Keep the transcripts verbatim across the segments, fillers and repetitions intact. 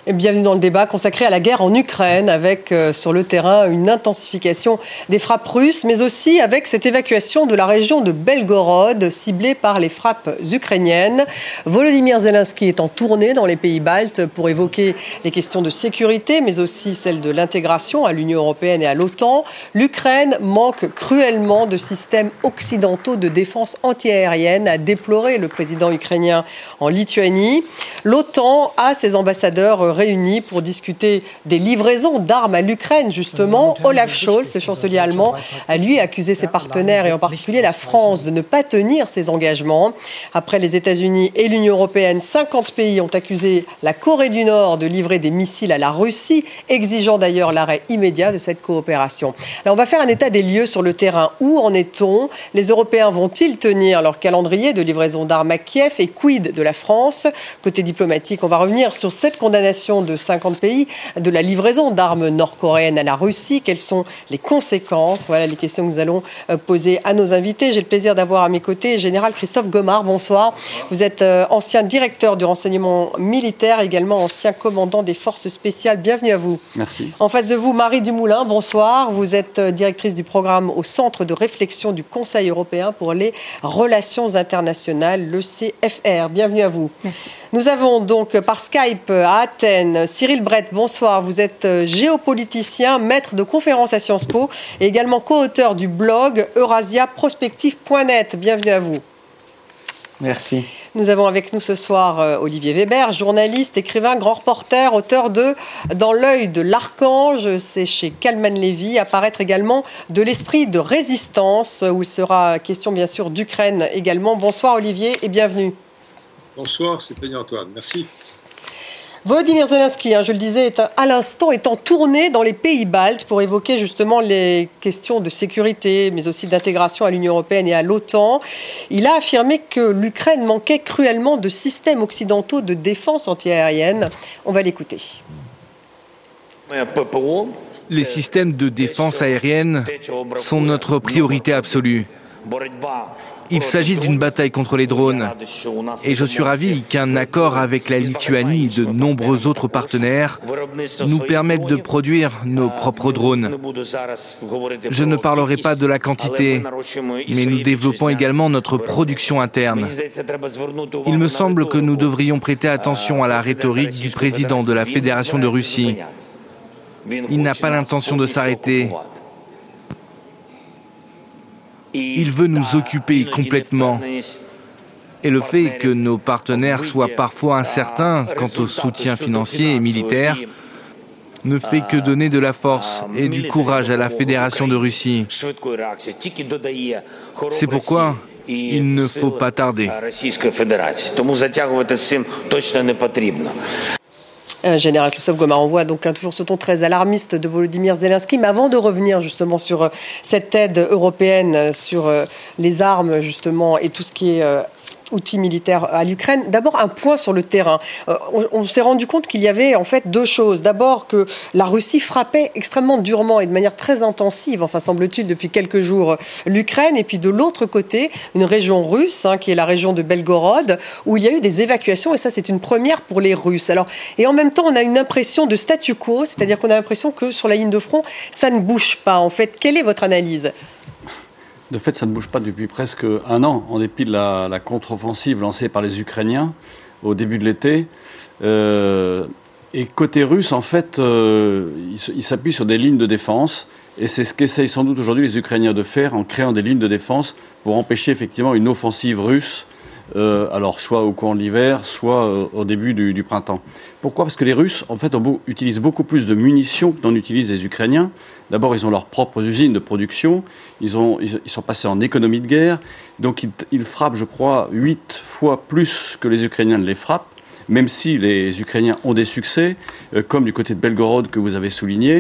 Et bienvenue dans le débat consacré à la guerre en Ukraine, avec euh, sur le terrain une intensification des frappes russes, mais aussi avec cette évacuation de la région de Belgorod, ciblée par les frappes ukrainiennes. Volodymyr Zelensky est en tournée dans les pays baltes pour évoquer les questions de sécurité, mais aussi celles de l'intégration à l'Union européenne et à l'OTAN. L'Ukraine manque cruellement de systèmes occidentaux de défense antiaérienne, a déploré le président ukrainien en Lituanie. L'OTAN a ses ambassadeurs réunis pour discuter des livraisons d'armes à l'Ukraine, justement. Olaf Scholz, le chancelier allemand, a lui accusé ses partenaires, et en particulier la France, de ne pas tenir ses engagements. Après les États-Unis et l'Union européenne, cinquante pays ont accusé la Corée du Nord de livrer des missiles à la Russie, exigeant d'ailleurs l'arrêt immédiat de cette coopération. Alors on va faire un état des lieux sur le terrain. Où en est-on ? Les Européens vont-ils tenir leur calendrier de livraison d'armes à Kiev, et quid de la France ? Côté diplomatique, on va revenir sur cette condamnation de cinquante pays de la livraison d'armes nord-coréennes à la Russie. Quelles sont les conséquences ? Voilà les questions que nous allons poser à nos invités. J'ai le plaisir d'avoir à mes côtés Général Christophe Gomard. Bonsoir. Vous êtes ancien directeur du renseignement militaire, également ancien commandant des forces spéciales. Bienvenue à vous. Merci. En face de vous, Marie Dumoulin. Bonsoir. Vous êtes directrice du programme au Centre de réflexion du Conseil européen pour les relations internationales, le C F R. Bienvenue à vous. Merci. Nous avons donc par Skype à Athènes Cyril Brett. Bonsoir. Vous êtes géopoliticien, maître de conférences à Sciences Po et également co-auteur du blog eurasia prospective point net. Bienvenue à vous. Merci. Nous avons avec nous ce soir euh, Olivier Weber, journaliste, écrivain, grand reporter, auteur de « Dans l'œil de l'archange », c'est chez Kalman Levy, apparaître également de l'esprit de résistance, où il sera question bien sûr d'Ukraine également. Bonsoir Olivier et bienvenue. Bonsoir, c'est Peigny Antoine. Merci. Volodymyr Zelensky, hein, je le disais, est à l'instant est en tournée dans les pays baltes pour évoquer justement les questions de sécurité, mais aussi d'intégration à l'Union européenne et à l'OTAN. Il a affirmé que l'Ukraine manquait cruellement de systèmes occidentaux de défense antiaérienne. On va l'écouter. Les systèmes de défense aérienne sont notre priorité absolue. Il s'agit d'une bataille contre les drones. Et je suis ravi qu'un accord avec la Lituanie et de nombreux autres partenaires nous permette de produire nos propres drones. Je ne parlerai pas de la quantité, mais nous développons également notre production interne. Il me semble que nous devrions prêter attention à la rhétorique du président de la Fédération de Russie. Il n'a pas l'intention de s'arrêter. Il veut nous occuper complètement. Et le fait que nos partenaires soient parfois incertains quant au soutien financier et militaire ne fait que donner de la force et du courage à la Fédération de Russie. C'est pourquoi il ne faut pas tarder. Euh, Général Christophe Gomard, on voit donc hein, toujours ce ton très alarmiste de Volodymyr Zelensky. Mais avant de revenir justement sur euh, cette aide européenne, euh, sur euh, les armes justement et tout ce qui est euh, outils militaires à l'Ukraine, d'abord un point sur le terrain. Euh, on, on s'est rendu compte qu'il y avait en fait deux choses. D'abord que la Russie frappait extrêmement durement et de manière très intensive, enfin semble-t-il depuis quelques jours, l'Ukraine. Et puis de l'autre côté, une région russe, hein, qui est la région de Belgorod, où il y a eu des évacuations. Et ça, c'est une première pour les Russes. Alors, et en même temps, on a une impression de statu quo, c'est-à-dire qu'on a l'impression que sur la ligne de front, ça ne bouge pas. En fait, quelle est votre analyse ? De fait, ça ne bouge pas depuis presque un an, en dépit de la, la contre-offensive lancée par les Ukrainiens au début de l'été. Euh, et côté russe, en fait, euh, il, il s'appuie sur des lignes de défense. Et c'est ce qu'essayent sans doute aujourd'hui les Ukrainiens de faire en créant des lignes de défense pour empêcher effectivement une offensive russe, euh, alors soit au courant de l'hiver, soit euh, au début du, du printemps. Pourquoi ? Parce que les Russes, en fait, ont, utilisent beaucoup plus de munitions que n'en utilisent les Ukrainiens. D'abord, ils ont leurs propres usines de production. Ils, ont, ils, ils sont passés en économie de guerre. Donc, ils, ils frappent, je crois, huit fois plus que les Ukrainiens ne les frappent, même si les Ukrainiens ont des succès, euh, comme du côté de Belgorod que vous avez souligné.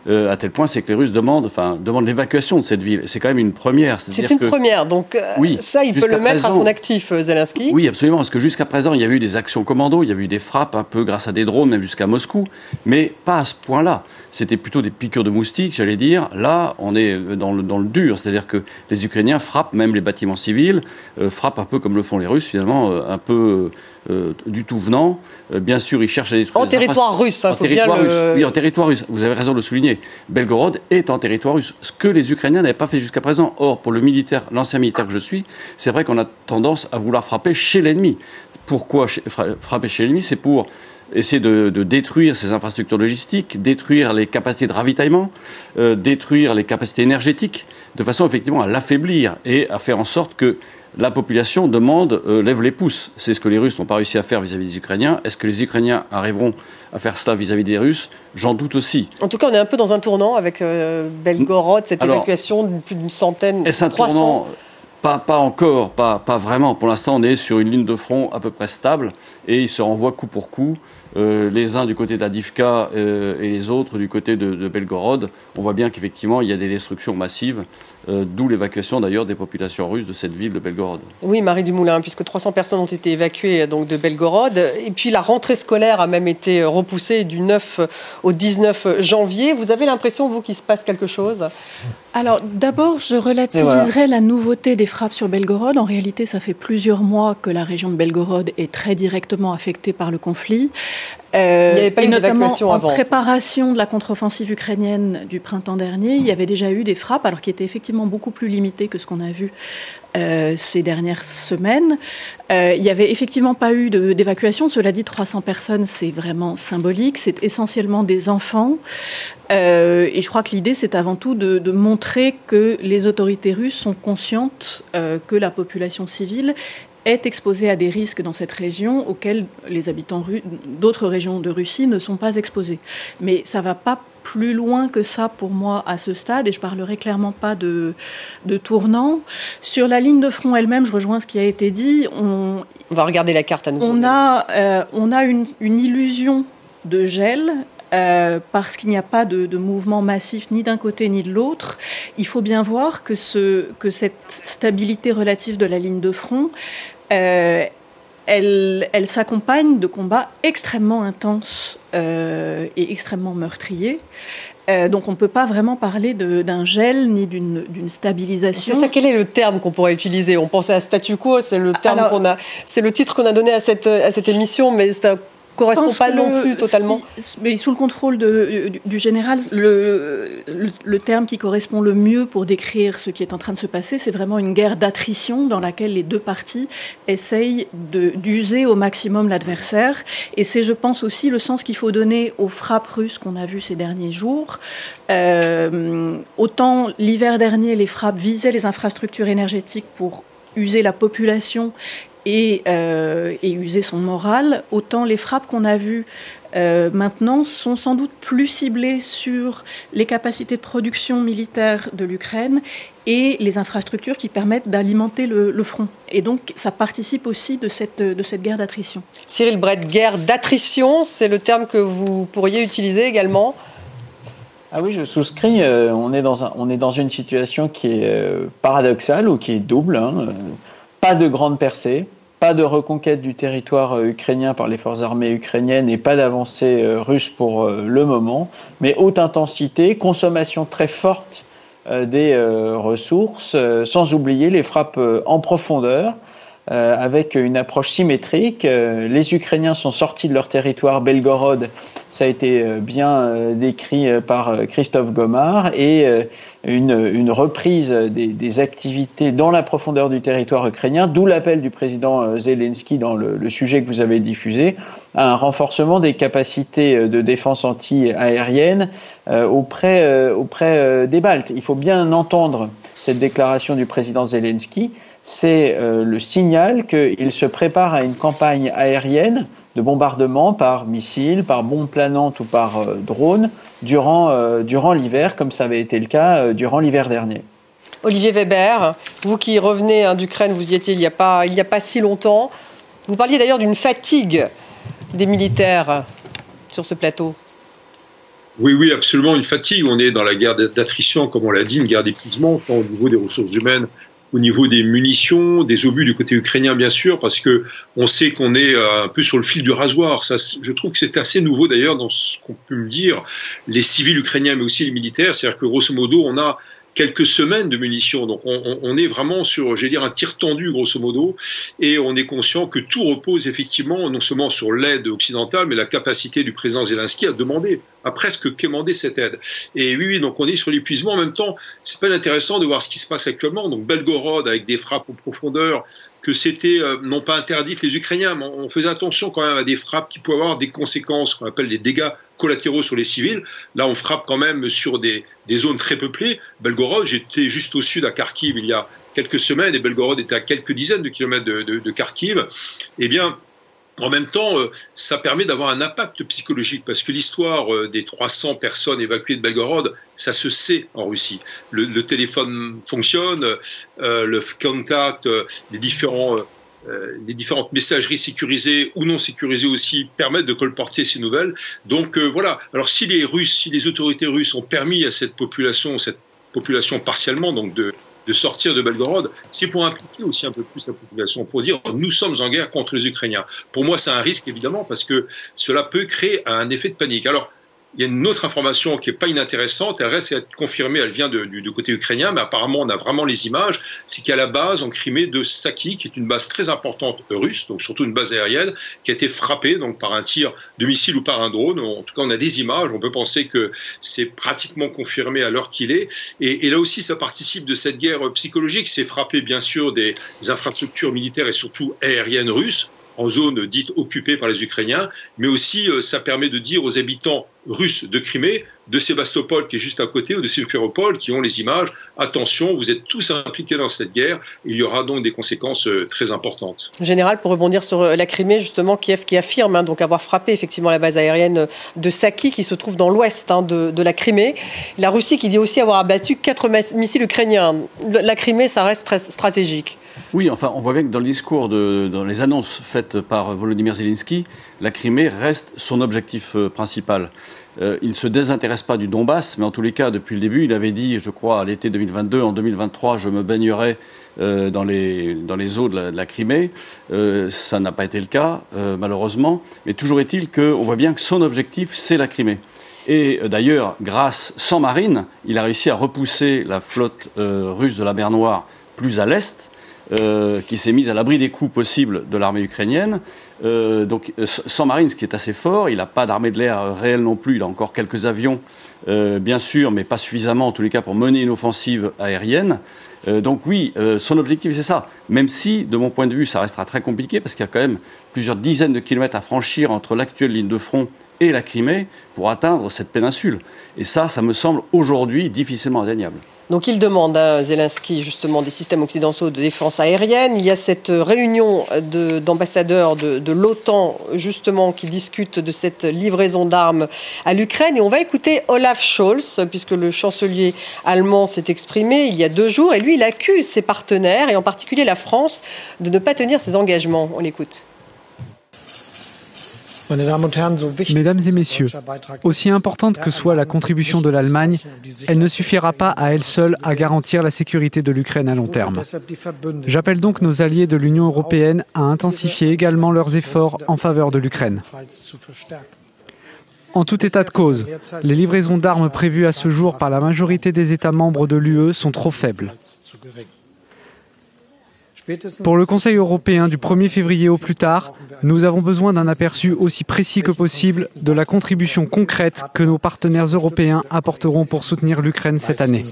euh, à tel point c'est que les Russes demandent, enfin, demandent l'évacuation de cette ville. C'est quand même une première. C'est une que, première, donc euh, oui, ça, il peut le mettre présent, à son actif, Zelensky. Oui, absolument, parce que jusqu'à présent, il y a eu des actions commando, il y a eu des frappes un peu grâce à des drones, même jusqu'à Moscou, mais pas à ce point-là. C'était plutôt des piqûres de moustiques, j'allais dire. Là, on est dans le, dans le dur, c'est-à-dire que les Ukrainiens frappent même les bâtiments civils, euh, frappent un peu comme le font les Russes, finalement, euh, un peu euh, du tout venant. Euh, bien sûr, ils cherchent à détruire... En territoire russe, hein, en territoire russe. Le... Oui, en territoire russe. Vous avez raison de le souligner. Belgorod est en territoire russe, ce que les Ukrainiens n'avaient pas fait jusqu'à présent. Or, pour le militaire, l'ancien militaire que je suis, c'est vrai qu'on a tendance à vouloir frapper chez l'ennemi. Pourquoi frapper chez l'ennemi ? C'est pour essayer de, de détruire ses infrastructures logistiques, détruire les capacités de ravitaillement, euh, détruire les capacités énergétiques, de façon effectivement à l'affaiblir et à faire en sorte que la population demande, euh, lève les pouces. C'est ce que les Russes n'ont pas réussi à faire vis-à-vis des Ukrainiens. Est-ce que les Ukrainiens arriveront à faire cela vis-à-vis des Russes ? J'en doute aussi. En tout cas, on est un peu dans un tournant avec euh, Belgorod, cette Alors, évacuation de plus d'une centaine, est-ce un trois cents tournant ? Pas, pas encore, pas, pas vraiment. Pour l'instant, on est sur une ligne de front à peu près stable et ils se renvoient coup pour coup. Euh, les uns du côté d'Adivka euh, et les autres du côté de, de Belgorod. On voit bien qu'effectivement, il y a des destructions massives, euh, d'où l'évacuation d'ailleurs des populations russes de cette ville de Belgorod. Oui, Marie Dumoulin, puisque trois cents personnes ont été évacuées donc, de Belgorod. Et puis la rentrée scolaire a même été repoussée du neuf au dix-neuf janvier. Vous avez l'impression, vous, qu'il se passe quelque chose ? Alors, d'abord, je relativiserai voilà. la nouveauté des frappes sur Belgorod. En réalité, ça fait plusieurs mois que la région de Belgorod est très directement affectée par le conflit. Euh, il n'y avait pas eu d'évacuation avant. En préparation de la contre-offensive ukrainienne du printemps dernier, il y avait déjà eu des frappes, alors qui étaient effectivement beaucoup plus limitées que ce qu'on a vu euh, ces dernières semaines. Euh, il n'y avait effectivement pas eu de, d'évacuation. Cela dit, trois cents personnes, c'est vraiment symbolique. C'est essentiellement des enfants. Euh, et je crois que l'idée, c'est avant tout de, de montrer que les autorités russes sont conscientes euh, que la population civile est exposée à des risques dans cette région auxquels les habitants ru- d'autres régions de Russie ne sont pas exposés. Mais ça ne va pas plus loin que ça pour moi à ce stade, et je ne parlerai clairement pas de, de tournant. Sur la ligne de front elle-même, je rejoins ce qui a été dit. On, on va regarder la carte à nouveau. On a, euh, on a une, une illusion de gel. Euh, parce qu'il n'y a pas de, de mouvement massif ni d'un côté ni de l'autre. Il faut bien voir que, ce, que cette stabilité relative de la ligne de front, euh, elle, elle s'accompagne de combats extrêmement intenses euh, et extrêmement meurtriers. Euh, donc on ne peut pas vraiment parler de, d'un gel ni d'une, d'une stabilisation. C'est ça, quel est le terme qu'on pourrait utiliser ? On pensait à statu quo, c'est le terme Alors, qu'on a, c'est le titre qu'on a donné à cette, à cette émission, mais ça correspond pas non le, plus totalement. Qui, mais sous le contrôle de, du, du général, le, le, le terme qui correspond le mieux pour décrire ce qui est en train de se passer, c'est vraiment une guerre d'attrition dans laquelle les deux parties essayent de, d'user au maximum l'adversaire. Et c'est, je pense, aussi le sens qu'il faut donner aux frappes russes qu'on a vues ces derniers jours. Euh, autant l'hiver dernier, les frappes visaient les infrastructures énergétiques pour user la population Et, euh, et user son moral, autant les frappes qu'on a vues euh, maintenant sont sans doute plus ciblées sur les capacités de production militaire de l'Ukraine et les infrastructures qui permettent d'alimenter le, le front. Et donc, ça participe aussi de cette, de cette guerre d'attrition. Cyril Brett, guerre d'attrition, c'est le terme que vous pourriez utiliser également ? Ah oui, je souscris. Euh, on est dans un, on est dans une situation qui est euh, paradoxale ou qui est double, hein, euh, pas de grande percée, pas de reconquête du territoire euh, ukrainien par les forces armées ukrainiennes et pas d'avancée euh, russe pour euh, le moment, mais haute intensité, consommation très forte euh, des euh, ressources, euh, sans oublier les frappes euh, en profondeur, euh, avec une approche symétrique. Euh, les Ukrainiens sont sortis de leur territoire Belgorod, ça a été euh, bien euh, décrit euh, par euh, Christophe Gomard, et euh, Une, une reprise des, des activités dans la profondeur du territoire ukrainien, d'où l'appel du président Zelensky dans le, le sujet que vous avez diffusé, à un renforcement des capacités de défense anti-aérienne euh, auprès, euh, auprès euh, des Baltes. Il faut bien entendre cette déclaration du président Zelensky, c'est euh, le signal qu'il se prépare à une campagne aérienne de bombardement par missiles, par bombe planante ou par euh, drone durant, euh, durant l'hiver, comme ça avait été le cas euh, durant l'hiver dernier. Olivier Weber, vous qui revenez hein, d'Ukraine, vous y étiez il n'y a pas, il n'y a pas si longtemps. Vous parliez d'ailleurs d'une fatigue des militaires sur ce plateau. Oui, oui, absolument, une fatigue. On est dans la guerre d'attrition, comme on l'a dit, une guerre d'épuisement, tant au niveau des ressources humaines, au niveau des munitions, des obus du côté ukrainien, bien sûr, parce que on sait qu'on est un peu sur le fil du rasoir. Ça, je trouve que c'est assez nouveau, d'ailleurs, dans ce qu'on peut me dire, les civils ukrainiens, mais aussi les militaires. C'est-à-dire que, grosso modo, on a quelques semaines de munitions. Donc on, on est vraiment sur, je vais dire, un tir tendu, grosso modo, et on est conscient que tout repose effectivement non seulement sur l'aide occidentale, mais la capacité du président Zelensky à demander, à presque quémander cette aide. Et oui, oui, donc on est sur l'épuisement. En même temps, c'est pas intéressant de voir ce qui se passe actuellement. Donc Belgorod, avec des frappes en profondeur, que c'était euh, non pas interdites les Ukrainiens, mais on faisait attention quand même à des frappes qui pouvaient avoir des conséquences, qu'on appelle les dégâts collatéraux sur les civils. Là, on frappe quand même sur des, des zones très peuplées. Belgorod, j'étais juste au sud à Kharkiv il y a quelques semaines, et Belgorod était à quelques dizaines de kilomètres de, de, de Kharkiv. Eh bien, en même temps, ça permet d'avoir un impact psychologique, parce que l'histoire des trois cents personnes évacuées de Belgorod, ça se sait en Russie. Le, le téléphone fonctionne, euh, le contact, euh, les différents... Euh, les différentes messageries sécurisées ou non sécurisées aussi permettent de colporter ces nouvelles. Donc euh, voilà. Alors si les Russes, si les autorités russes ont permis à cette population, cette population partiellement, donc de de sortir de Belgorod, c'est pour impliquer aussi un peu plus la population, pour dire nous sommes en guerre contre les Ukrainiens. Pour moi, c'est un risque évidemment, parce que cela peut créer un effet de panique. Alors, il y a une autre information qui n'est pas inintéressante, elle reste à être confirmée, elle vient de, du, du côté ukrainien, mais apparemment on a vraiment les images, c'est qu'à la base en Crimée de Saki, qui est une base très importante russe, donc surtout une base aérienne, qui a été frappée donc par un tir de missile ou par un drone. En tout cas, on a des images, on peut penser que c'est pratiquement confirmé à l'heure qu'il est. Et, et là aussi, ça participe de cette guerre psychologique, c'est frapper bien sûr des infrastructures militaires et surtout aériennes russes, en zone dite occupée par les Ukrainiens, mais aussi euh, ça permet de dire aux habitants russes de Crimée, de Sébastopol qui est juste à côté, ou de Simferopol, qui ont les images, attention, vous êtes tous impliqués dans cette guerre, il y aura donc des conséquences euh, très importantes. Général, pour rebondir sur la Crimée, justement, Kiev qui affirme hein, donc avoir frappé effectivement la base aérienne de Saki, qui se trouve dans l'ouest hein, de, de la Crimée. La Russie qui dit aussi avoir abattu quatre missiles ukrainiens. La Crimée, ça reste très stratégique. Oui, enfin, on voit bien que dans le discours, de, dans les annonces faites par Volodymyr Zelensky, la Crimée reste son objectif euh, principal. Euh, il ne se désintéresse pas du Donbass, mais en tous les cas, depuis le début, il avait dit, je crois, à l'été deux mille vingt-deux, en deux mille vingt-trois, je me baignerai euh, dans, les, dans les eaux de la, de la Crimée. Euh, ça n'a pas été le cas, euh, malheureusement. Mais toujours est-il qu'on voit bien que son objectif, c'est la Crimée. Et euh, d'ailleurs, grâce, sans marine, il a réussi à repousser la flotte euh, russe de la mer Noire plus à l'est, Euh, qui s'est mise à l'abri des coups possibles de l'armée ukrainienne. Euh, donc, euh, sans marine, ce qui est assez fort. Il n'a pas d'armée de l'air réelle non plus. Il a encore quelques avions, euh, bien sûr, mais pas suffisamment, en tous les cas, pour mener une offensive aérienne. Euh, donc oui, euh, son objectif, c'est ça. Même si, de mon point de vue, ça restera très compliqué, parce qu'il y a quand même plusieurs dizaines de kilomètres à franchir entre l'actuelle ligne de front et la Crimée pour atteindre cette péninsule. Et ça, ça me semble aujourd'hui difficilement atteignable. Donc il demande à Zelensky justement des systèmes occidentaux de défense aérienne. Il y a cette réunion de, d'ambassadeurs de, de l'OTAN justement qui discute de cette livraison d'armes à l'Ukraine. Et on va écouter Olaf Scholz, puisque le chancelier allemand s'est exprimé il y a deux jours. Et lui, il accuse ses partenaires, et en particulier la France, de ne pas tenir ses engagements. On l'écoute. Mesdames et messieurs, aussi importante que soit la contribution de l'Allemagne, elle ne suffira pas à elle seule à garantir la sécurité de l'Ukraine à long terme. J'appelle donc nos alliés de l'Union européenne à intensifier également leurs efforts en faveur de l'Ukraine. En tout état de cause, les livraisons d'armes prévues à ce jour par la majorité des États membres de l'U E sont trop faibles. Pour le Conseil européen du premier février au plus tard, nous avons besoin d'un aperçu aussi précis que possible de la contribution concrète que nos partenaires européens apporteront pour soutenir l'Ukraine cette année.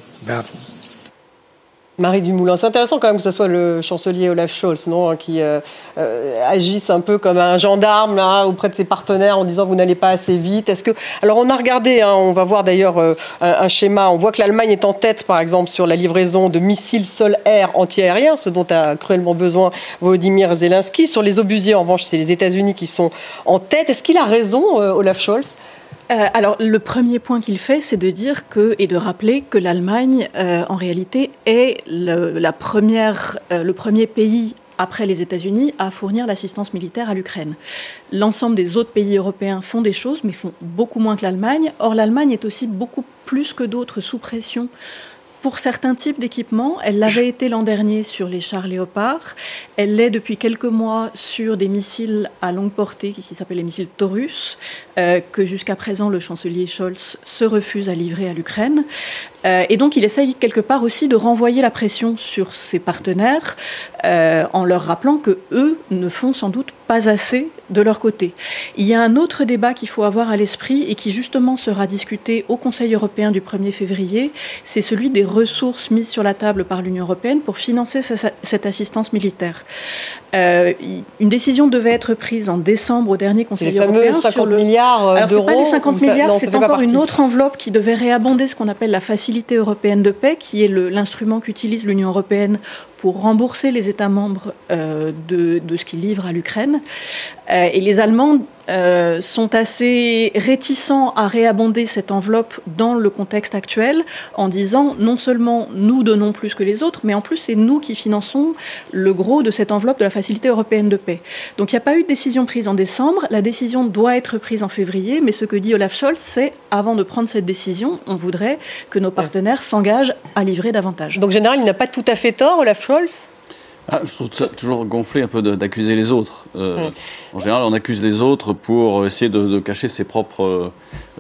Marie Dumoulin, c'est intéressant quand même que ce soit le chancelier Olaf Scholz, non, qui euh, euh, agisse un peu comme un gendarme là, auprès de ses partenaires en disant vous n'allez pas assez vite. Est-ce que alors on a regardé, hein, on va voir d'ailleurs euh, un, un schéma. On voit que l'Allemagne est en tête, par exemple, sur la livraison de missiles sol-air anti-aériens, ce dont a cruellement besoin Volodymyr Zelensky. Sur les obusiers, en revanche, c'est les États-Unis qui sont en tête. Est-ce qu'il a raison, euh, Olaf Scholz ? Euh, alors, le premier point qu'il fait, c'est de dire que, et de rappeler que l'Allemagne, euh, en réalité, est le, la première, euh, le premier pays après les États-Unis, à fournir l'assistance militaire à l'Ukraine. L'ensemble des autres pays européens font des choses, mais font beaucoup moins que l'Allemagne. Or, l'Allemagne est aussi beaucoup plus que d'autres sous pression pour certains types d'équipements. Elle l'avait été l'an dernier sur les chars Léopard. Elle l'est depuis quelques mois sur des missiles à longue portée qui, qui s'appellent les missiles Taurus, euh, que jusqu'à présent le chancelier Scholz se refuse à livrer à l'Ukraine. Euh, et donc il essaye quelque part aussi de renvoyer la pression sur ses partenaires euh, en leur rappelant que eux ne font sans doute pas assez de leur côté. Il y a un autre débat qu'il faut avoir à l'esprit et qui justement sera discuté au Conseil européen du premier février, c'est celui des ressources mises sur la table par l'Union européenne pour financer cette assistance militaire. Euh, une décision devait être prise en décembre au dernier Conseil européen. C'est les fameux cinquante milliards d'euros. Alors, ce n'est pas les cinquante milliards, non, c'est encore une autre enveloppe qui devait réabonder ce qu'on appelle la Facilité européenne de paix, qui est le, l'instrument qu'utilise l'Union européenne pour rembourser les États membres euh, de, de ce qu'ils livrent à l'Ukraine. Euh, et les Allemands euh, sont assez réticents à réabonder cette enveloppe dans le contexte actuel, en disant non seulement nous donnons plus que les autres, mais en plus c'est nous qui finançons le gros de cette enveloppe de la Facilité européenne de paix. Donc il n'y a pas eu de décision prise en décembre, la décision doit être prise en février, mais ce que dit Olaf Scholz, c'est avant de prendre cette décision, on voudrait que nos partenaires s'engagent à livrer davantage. Donc en général, il n'a pas tout à fait tort, Olaf Scholz ? Ah, je trouve ça toujours gonflé un peu de, d'accuser les autres. Euh, mmh. En général, on accuse les autres pour essayer de, de cacher ses propres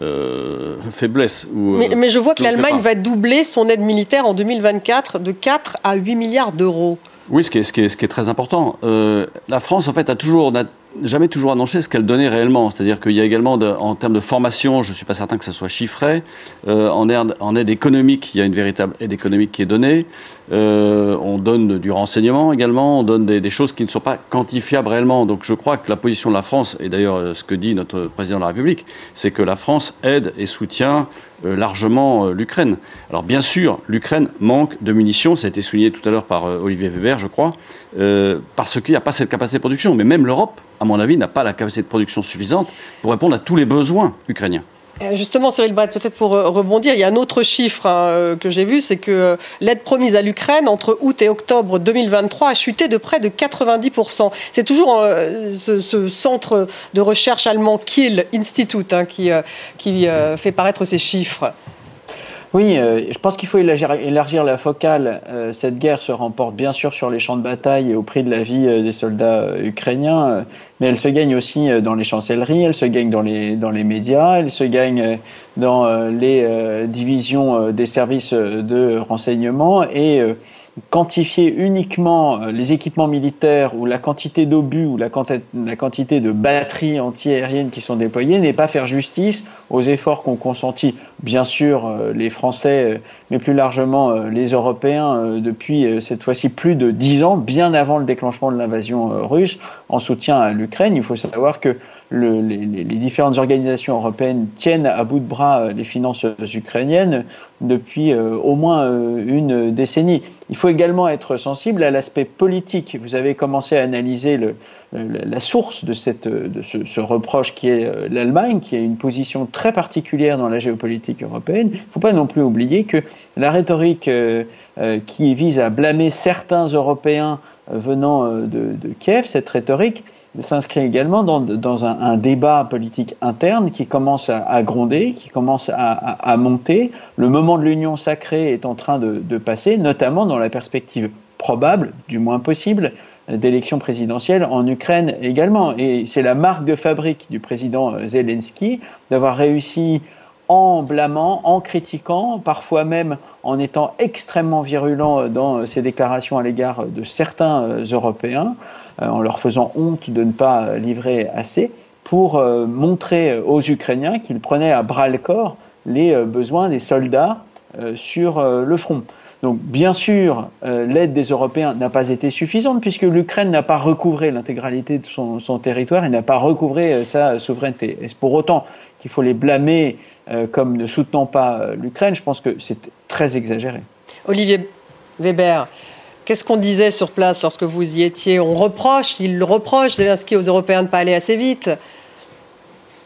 euh, faiblesses. Ou, mais, mais je vois que l'Allemagne va doubler son aide militaire en deux mille vingt-quatre de quatre à huit milliards d'euros. Oui, ce qui est, ce qui est, ce qui est très important. Euh, la France, en fait, a toujours... n'a jamais toujours annoncé ce qu'elle donnait réellement. C'est-à-dire qu'il y a également, de, en termes de formation, je ne suis pas certain que ça soit chiffré. Euh, en, aide, en aide économique, il y a une véritable aide économique qui est donnée. Euh, on donne du renseignement également, on donne des, des choses qui ne sont pas quantifiables réellement. Donc je crois que la position de la France, et d'ailleurs ce que dit notre président de la République, c'est que la France aide et soutient euh, largement euh, l'Ukraine. Alors bien sûr, l'Ukraine manque de munitions, ça a été souligné tout à l'heure par euh, Olivier Weber, je crois, euh, parce qu'il n'y a pas cette capacité de production. Mais même l'Europe, à mon avis, n'a pas la capacité de production suffisante pour répondre à tous les besoins ukrainiens. Justement, Cyril Brett, peut-être pour rebondir, il y a un autre chiffre hein, que j'ai vu, c'est que l'aide promise à l'Ukraine entre août et octobre deux mille vingt-trois a chuté de près de quatre-vingt-dix pour cent. C'est toujours euh, ce, ce centre de recherche allemand Kiel Institute hein, qui, euh, qui euh, fait paraître ces chiffres. Oui, euh, je pense qu'il faut élargir, élargir la focale. Euh, cette guerre se remporte bien sûr sur les champs de bataille et au prix de la vie euh, des soldats euh, ukrainiens, euh, mais elle se gagne aussi euh, dans les chancelleries, elle se gagne dans les, dans les médias, elle se gagne euh, dans euh, les euh, divisions euh, des services de renseignement et euh, quantifier uniquement les équipements militaires ou la quantité d'obus ou la, quanti- la quantité de batteries anti-aériennes qui sont déployées n'est pas faire justice aux efforts qu'ont consentis, bien sûr, les Français, mais plus largement les Européens, depuis cette fois-ci plus de dix ans, bien avant le déclenchement de l'invasion russe, en soutien à l'Ukraine. Il faut savoir que Le, les, les différentes organisations européennes tiennent à bout de bras les finances ukrainiennes depuis euh, au moins euh, une décennie. Il faut également être sensible à l'aspect politique. Vous avez commencé à analyser le, le, la source de, cette, de ce, ce reproche qui est l'Allemagne, qui a une position très particulière dans la géopolitique européenne. Il ne faut pas non plus oublier que la rhétorique euh, euh, qui vise à blâmer certains Européens euh, venant euh, de, de Kiev, cette rhétorique, s'inscrit également dans, dans un, un débat politique interne qui commence à, à gronder, qui commence à, à, à monter. Le moment de l'union sacrée est en train de, de passer, notamment dans la perspective probable, du moins possible, d'élections présidentielles en Ukraine également. Et c'est la marque de fabrique du président Zelensky d'avoir réussi en blâmant, en critiquant, parfois même en étant extrêmement virulent dans ses déclarations à l'égard de certains Européens, en leur faisant honte de ne pas livrer assez, pour euh, montrer aux Ukrainiens qu'ils prenaient à bras-le-corps les euh, besoins des soldats euh, sur euh, le front. Donc bien sûr, euh, l'aide des Européens n'a pas été suffisante puisque l'Ukraine n'a pas recouvré l'intégralité de son, son territoire et n'a pas recouvré euh, sa souveraineté. Est-ce pour autant qu'il faut les blâmer euh, comme ne soutenant pas euh, l'Ukraine? Je pense que c'est très exagéré. Olivier Weber, qu'est-ce qu'on disait sur place lorsque vous y étiez? On reproche, il reproche Zelensky aux Européens de ne pas aller assez vite.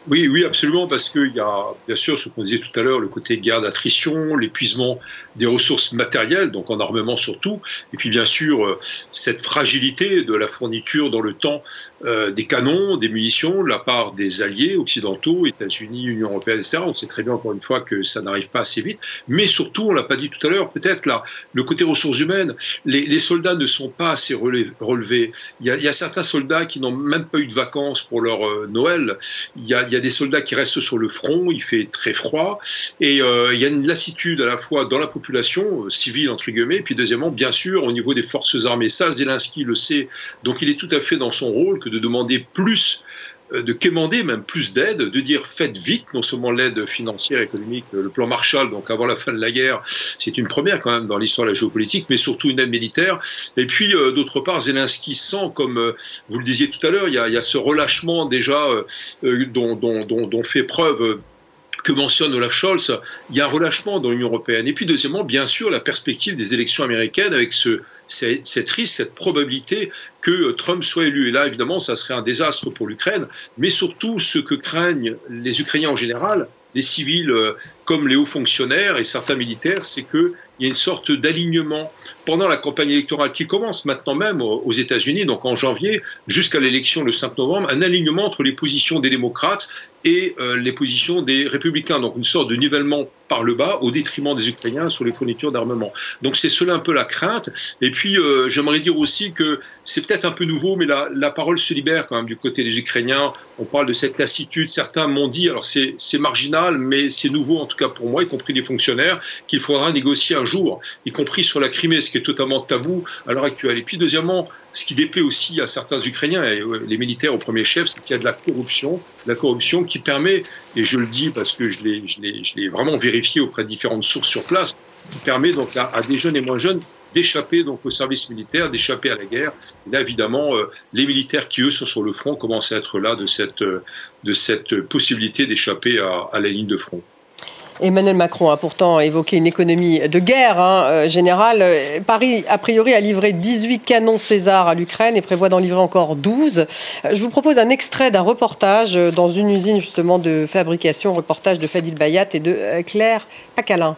Oui, oui, absolument, parce qu'il y a bien sûr ce qu'on disait tout à l'heure, le côté guerre d'attrition, l'épuisement des ressources matérielles, donc en armement surtout, et puis bien sûr cette fragilité de la fourniture dans le temps euh, des canons, des munitions, de la part des alliés occidentaux, États-Unis, Union européenne, et cetera. On sait très bien encore une fois que ça n'arrive pas assez vite, mais surtout, on l'a pas dit tout à l'heure, peut-être là, le côté ressources humaines, les, les soldats ne sont pas assez relevés. Il y a, il y a certains soldats qui n'ont même pas eu de vacances pour leur euh, Noël. Il y a, il y a des soldats qui restent sur le front, il fait très froid, et euh, il y a une lassitude à la fois dans la population euh, civile, entre guillemets, puis deuxièmement, bien sûr, au niveau des forces armées. Ça, Zelensky le sait, donc il est tout à fait dans son rôle que de demander plus, euh, de quémander même plus d'aide, de dire faites vite, non seulement l'aide financière, économique, le plan Marshall, donc avant la fin de la guerre, c'est une première quand même dans l'histoire de la géopolitique, mais surtout une aide militaire. Et puis, euh, d'autre part, Zelensky sent, comme euh, vous le disiez tout à l'heure, il y a, il y a ce relâchement déjà euh, dont, dont, dont, dont fait preuve euh, que mentionne Olaf Scholz, il y a un relâchement dans l'Union européenne. Et puis deuxièmement, bien sûr, la perspective des élections américaines avec ce, cette risque, cette probabilité que Trump soit élu. Et là, évidemment, ça serait un désastre pour l'Ukraine, mais surtout ce que craignent les Ukrainiens en général, les civils comme les hauts fonctionnaires et certains militaires, c'est qu'il y a une sorte d'alignement pendant la campagne électorale qui commence maintenant même aux États-Unis, donc en janvier, jusqu'à l'élection le cinq novembre, un alignement entre les positions des démocrates et euh, les positions des républicains, donc une sorte de nivellement par le bas au détriment des Ukrainiens sur les fournitures d'armement. Donc c'est cela un peu la crainte. Et puis euh, j'aimerais dire aussi que c'est peut-être un peu nouveau, mais la, la parole se libère quand même du côté des Ukrainiens. On parle de cette lassitude. Certains m'ont dit, alors c'est, c'est marginal, mais c'est nouveau en tout cas pour moi, y compris des fonctionnaires, qu'il faudra négocier un jour, y compris sur la Crimée, ce qui est totalement tabou à l'heure actuelle. Et puis deuxièmement, ce qui déplaît aussi à certains Ukrainiens, et les militaires au premier chef, c'est qu'il y a de la corruption, de la corruption qui permet, et je le dis parce que je l'ai, je l'ai, je l'ai vraiment vérifié auprès de différentes sources sur place, qui permet donc à, à des jeunes et moins jeunes d'échapper donc au service militaire, d'échapper à la guerre. Et là, évidemment, euh, les militaires qui, eux, sont sur le front commencent à être là de cette, euh, de cette possibilité d'échapper à, à la ligne de front. Emmanuel Macron a pourtant évoqué une économie de guerre hein, euh, générale. Paris, a priori, a livré dix-huit canons César à l'Ukraine et prévoit d'en livrer encore douze. Je vous propose un extrait d'un reportage dans une usine justement de fabrication, reportage de Fadil Bayat et de Claire Pacalin.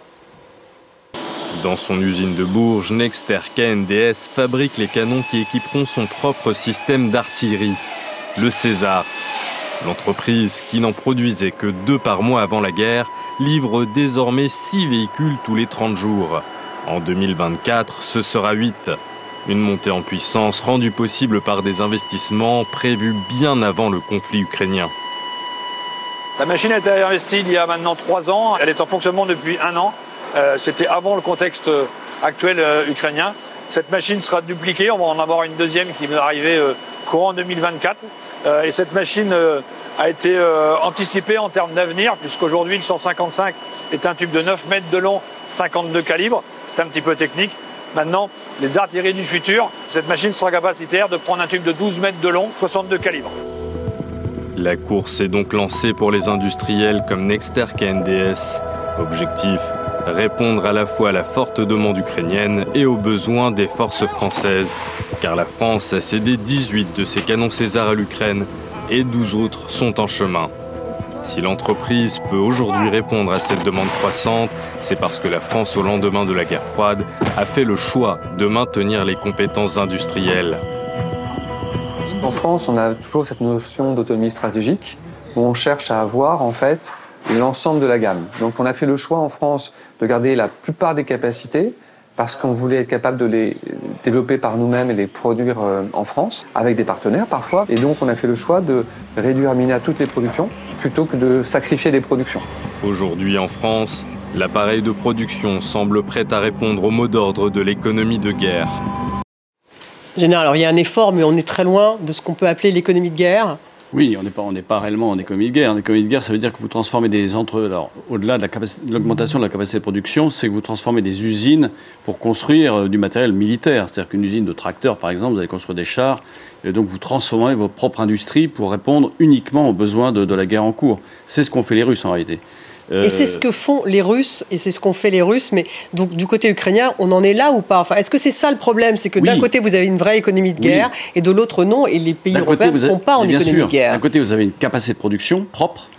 Dans son usine de Bourges, Nexter K N D S fabrique les canons qui équiperont son propre système d'artillerie, le César. L'entreprise, qui n'en produisait que deux par mois avant la guerre, livre désormais six véhicules tous les trente jours. En deux mille vingt-quatre, ce sera huit. Une montée en puissance rendue possible par des investissements prévus bien avant le conflit ukrainien. La machine a été investie il y a maintenant trois ans. Elle est en fonctionnement depuis un an. Euh, c'était avant le contexte actuel euh, ukrainien. Cette machine sera dupliquée. On va en avoir une deuxième qui va arriver euh, courant deux mille vingt-quatre. Euh, et cette machine euh, a été euh, anticipée en termes d'avenir, puisqu'aujourd'hui le cent cinquante-cinq est un tube de neuf mètres de long, cinquante-deux calibres. C'est un petit peu technique. Maintenant, les artilleries du futur, cette machine sera capacitaire de prendre un tube de douze mètres de long, soixante-deux calibres. La course est donc lancée pour les industriels comme Nexter K N D S. Objectif, répondre à la fois à la forte demande ukrainienne et aux besoins des forces françaises. Car la France a cédé dix-huit de ses canons César à l'Ukraine et douze autres sont en chemin. Si l'entreprise peut aujourd'hui répondre à cette demande croissante, c'est parce que la France, au lendemain de la guerre froide, a fait le choix de maintenir les compétences industrielles. En France, on a toujours cette notion d'autonomie stratégique où on cherche à avoir en fait l'ensemble de la gamme. Donc on a fait le choix en France de garder la plupart des capacités parce qu'on voulait être capable de les développer par nous-mêmes et les produire en France, avec des partenaires parfois. Et donc on a fait le choix de réduire à minima toutes les productions plutôt que de sacrifier des productions. Aujourd'hui en France, l'appareil de production semble prêt à répondre au mot d'ordre de l'économie de guerre. Général, alors il y a un effort, mais on est très loin de ce qu'on peut appeler l'économie de guerre. Oui, on n'est pas, on n'est pas réellement en économie de guerre. En économie de guerre, ça veut dire que vous transformez des entre, alors, au-delà de, la capacité, de l'augmentation de la capacité de production, c'est que vous transformez des usines pour construire euh, du matériel militaire. C'est-à-dire qu'une usine de tracteurs, par exemple, vous allez construire des chars, et donc vous transformez votre propre industrie pour répondre uniquement aux besoins de, de la guerre en cours. C'est ce qu'ont fait les Russes en réalité. Euh... Et c'est ce que font les Russes, et c'est ce qu'ont fait les Russes, mais donc du côté ukrainien, on en est là ou pas? Enfin, est-ce que c'est ça le problème? C'est que oui. D'un côté, vous avez une vraie économie de guerre, oui. Et de l'autre, non, et les pays d'un européens ne sont pas en économie sûr, de guerre. D'un côté, vous avez une capacité de production propre,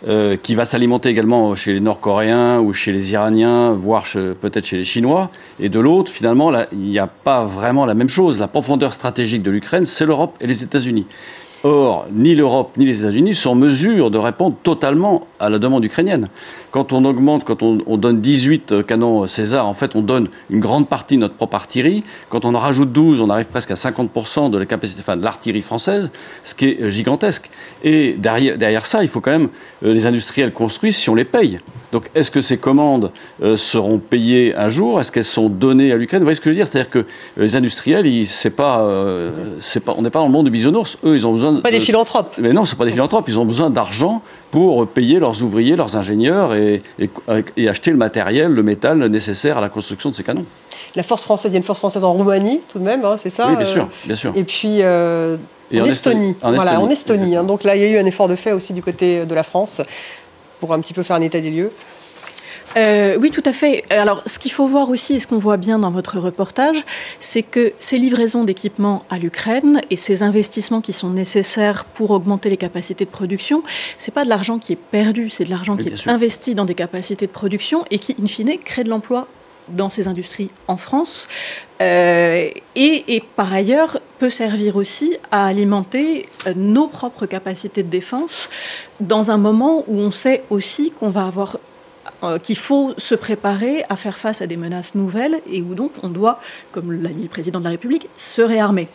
euh, qui va s'alimenter également chez les Nord-Coréens ou chez les Iraniens, voire peut-être chez les Chinois. Et de l'autre, finalement, là, il n'y a pas vraiment la même chose. La profondeur stratégique de l'Ukraine, c'est l'Europe et les États-Unis. Or, ni l'Europe ni les États-Unis sont en mesure de répondre totalement à la demande ukrainienne. Quand on augmente, quand on, on donne dix-huit canons César, en fait, on donne une grande partie de notre propre artillerie. Quand on en rajoute douze, on arrive presque à cinquante pour cent de la capacité, enfin, de l'artillerie française, ce qui est gigantesque. Et derrière, derrière ça, il faut quand même euh, les industriels construisent si on les paye. Donc, est-ce que ces commandes euh, seront payées un jour? Est-ce qu'elles sont données à l'Ukraine? Vous voyez ce que je veux dire? C'est-à-dire que euh, les industriels, ils, c'est pas, euh, c'est pas, on n'est pas dans le monde de bisounours. Eux, ils ont besoin. Pas de, des philanthropes. Mais non, c'est pas des philanthropes. Ils ont besoin d'argent pour payer leurs ouvriers, leurs ingénieurs et, et, et acheter le matériel, le métal nécessaire à la construction de ces canons. La force française, il y a une force française en Roumanie, tout de même, hein, c'est ça? Oui, bien sûr, bien sûr. Et puis euh, et en, en Estonie. Estonie. En voilà, Estonie, en Estonie. Hein, donc là, il y a eu un effort de fait aussi du côté de la France pour un petit peu faire un état des lieux. Euh, oui, tout à fait. Alors, ce qu'il faut voir aussi, et ce qu'on voit bien dans votre reportage, c'est que ces livraisons d'équipements à l'Ukraine et ces investissements qui sont nécessaires pour augmenter les capacités de production, c'est pas de l'argent qui est perdu, c'est de l'argent oui, qui est sûr. investi dans des capacités de production et qui, in fine, crée de l'emploi dans ces industries en France euh, et, et par ailleurs peut servir aussi à alimenter euh, nos propres capacités de défense dans un moment où on sait aussi qu'on va avoir Euh, qu'il faut se préparer à faire face à des menaces nouvelles et où donc on doit, comme l'a dit le président de la République, se réarmer.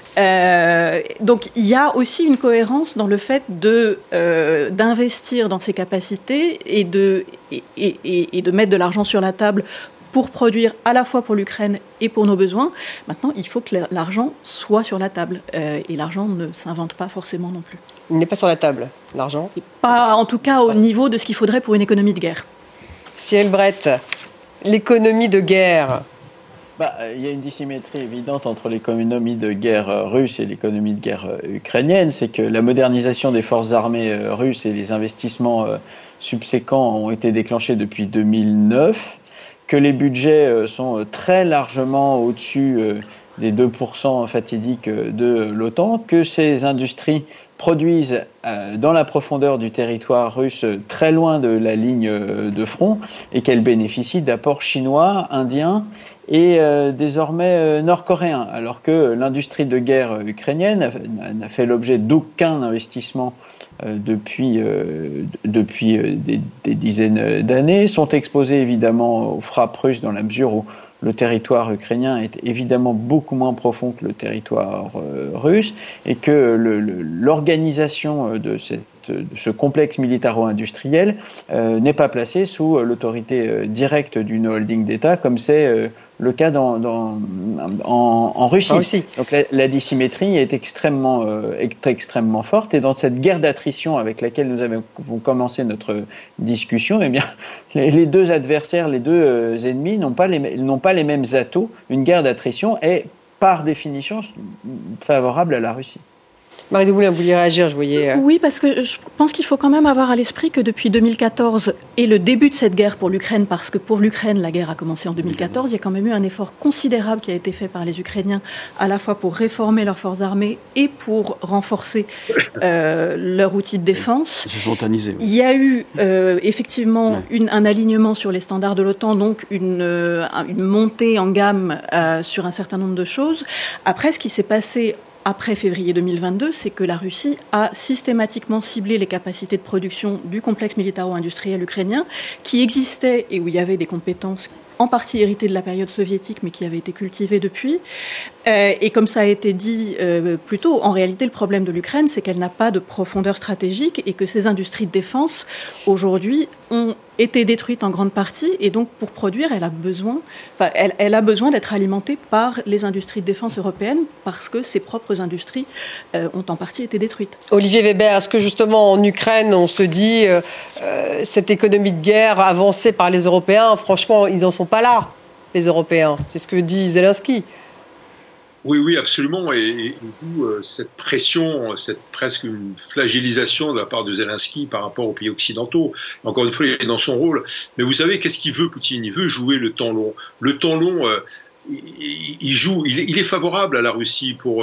Euh, donc il y a aussi une cohérence dans le fait de, euh, d'investir dans ces capacités et de, et, et, et de mettre de l'argent sur la table pour produire à la fois pour l'Ukraine et pour nos besoins. Maintenant, il faut que l'argent soit sur la table. Euh, et l'argent ne s'invente pas forcément non plus. Il n'est pas sur la table, l'argent? Et pas, en tout cas, au niveau de ce qu'il faudrait pour une économie de guerre. Cyril Brett, l'économie de guerre. Bah, il y a une dissymétrie évidente entre l'économie de guerre russe et l'économie de guerre ukrainienne. C'est que la modernisation des forces armées russes et les investissements subséquents ont été déclenchés depuis deux mille neuf, que les budgets sont très largement au-dessus des deux pour cent fatidiques de l'OTAN, que ces industries produisent euh, dans la profondeur du territoire russe, très loin de la ligne de front, et qu'elles bénéficient d'apports chinois, indiens et euh, désormais euh, nord-coréens, alors que l'industrie de guerre ukrainienne n'a fait l'objet d'aucun investissement euh, depuis, euh, depuis des, des dizaines d'années, sont exposées évidemment aux frappes russes dans la mesure où le territoire ukrainien est évidemment beaucoup moins profond que le territoire euh, russe et que le, le, l'organisation de, cette, de ce complexe militaro-industriel euh, n'est pas placée sous l'autorité euh, directe d'une holding d'État comme c'est euh, le cas dans, dans, en, en Russie. Ah, aussi. Donc la, la dissymétrie est extrêmement, euh, est extrêmement forte et dans cette guerre d'attrition avec laquelle nous avons commencé notre discussion, eh bien, les, les deux adversaires, les deux euh, ennemis n'ont pas, les, n'ont pas les mêmes atouts. Une guerre d'attrition est par définition favorable à la Russie. Marie Desmoulins, vous vouliez réagir, je voyais... Euh... Oui, parce que je pense qu'il faut quand même avoir à l'esprit que depuis deux mille quatorze et le début de cette guerre pour l'Ukraine, parce que pour l'Ukraine, la guerre a commencé en deux mille quatorze, il y a quand même eu un effort considérable qui a été fait par les Ukrainiens, à la fois pour réformer leurs forces armées et pour renforcer euh, leur outil de défense. Ils se sont tanisés. Oui. Il y a eu euh, effectivement ouais. une, un alignement sur les standards de l'OTAN, donc une, euh, une montée en gamme euh, sur un certain nombre de choses. Après, ce qui s'est passé après février deux mille vingt-deux, c'est que la Russie a systématiquement ciblé les capacités de production du complexe militaro-industriel ukrainien qui existait et où il y avait des compétences en partie héritées de la période soviétique, mais qui avaient été cultivées depuis. Euh, et comme ça a été dit euh, plus tôt, en réalité, le problème de l'Ukraine, c'est qu'elle n'a pas de profondeur stratégique et que ces industries de défense, aujourd'hui, ont été détruites en grande partie. Et donc, pour produire, elle a besoin, enfin, elle, elle a besoin d'être alimentée par les industries de défense européennes parce que ses propres industries euh, ont en partie été détruites. Olivier Weber, est-ce que justement en Ukraine, on se dit euh, euh, cette économie de guerre avancée par les Européens, franchement, ils n'en sont pas là, les Européens. C'est ce que dit Zelensky. Oui, oui, absolument. Et, et d'où euh, cette pression, cette presque une flagellisation de la part de Zelensky par rapport aux pays occidentaux. Encore une fois, il est dans son rôle. Mais vous savez, qu'est-ce qu'il veut, Poutine ? Il veut jouer le temps long. Le temps long, euh, il, il joue, il, il est favorable à la Russie pour... Euh,